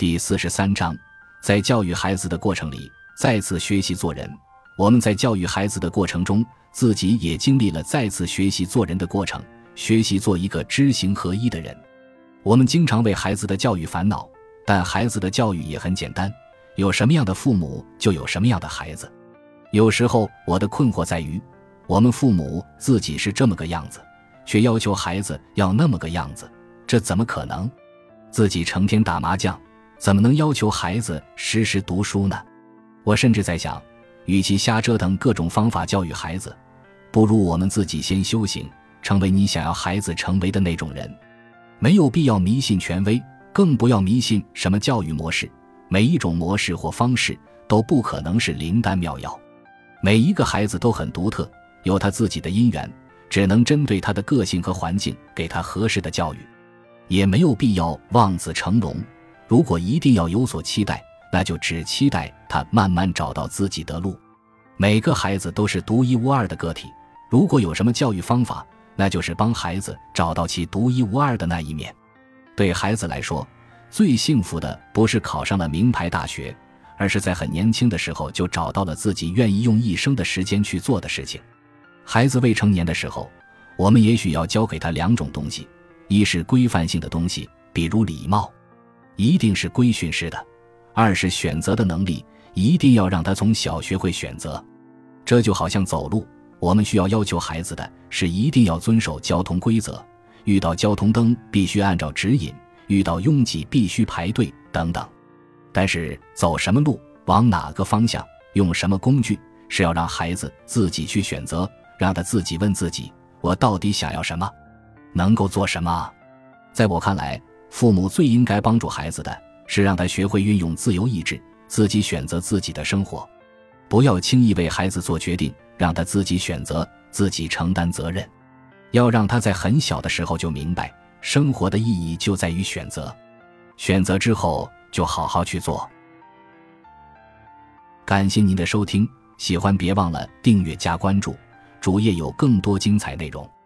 第43章，在教育孩子的过程里，再次学习做人。我们在教育孩子的过程中，自己也经历了再次学习做人的过程，学习做一个知行合一的人。我们经常为孩子的教育烦恼，但孩子的教育也很简单，有什么样的父母就有什么样的孩子。有时候我的困惑在于，我们父母自己是这么个样子，却要求孩子要那么个样子，这怎么可能？自己成天打麻将，怎么能要求孩子时时读书呢？我甚至在想，与其瞎折腾各种方法教育孩子，不如我们自己先修行，成为你想要孩子成为的那种人。没有必要迷信权威，更不要迷信什么教育模式，每一种模式或方式都不可能是灵丹妙药。每一个孩子都很独特，有他自己的因缘，只能针对他的个性和环境给他合适的教育。也没有必要望子成龙，如果一定要有所期待，那就只期待他慢慢找到自己的路。每个孩子都是独一无二的个体，如果有什么教育方法，那就是帮孩子找到其独一无二的那一面。对孩子来说，最幸福的不是考上了名牌大学，而是在很年轻的时候就找到了自己愿意用一生的时间去做的事情。孩子未成年的时候，我们也许要教给他两种东西，一是规范性的东西，比如礼貌，一定是规训式的；二是选择的能力，一定要让他从小学会选择。这就好像走路，我们需要要求孩子的是一定要遵守交通规则，遇到交通灯必须按照指引，遇到拥挤必须排队等等。但是走什么路，往哪个方向，用什么工具，是要让孩子自己去选择，让他自己问自己，我到底想要什么，能够做什么。在我看来，父母最应该帮助孩子的是让他学会运用自由意志，自己选择自己的生活。不要轻易为孩子做决定，让他自己选择，自己承担责任。要让他在很小的时候就明白，生活的意义就在于选择，选择之后就好好去做。感谢您的收听，喜欢别忘了订阅加关注，主页有更多精彩内容。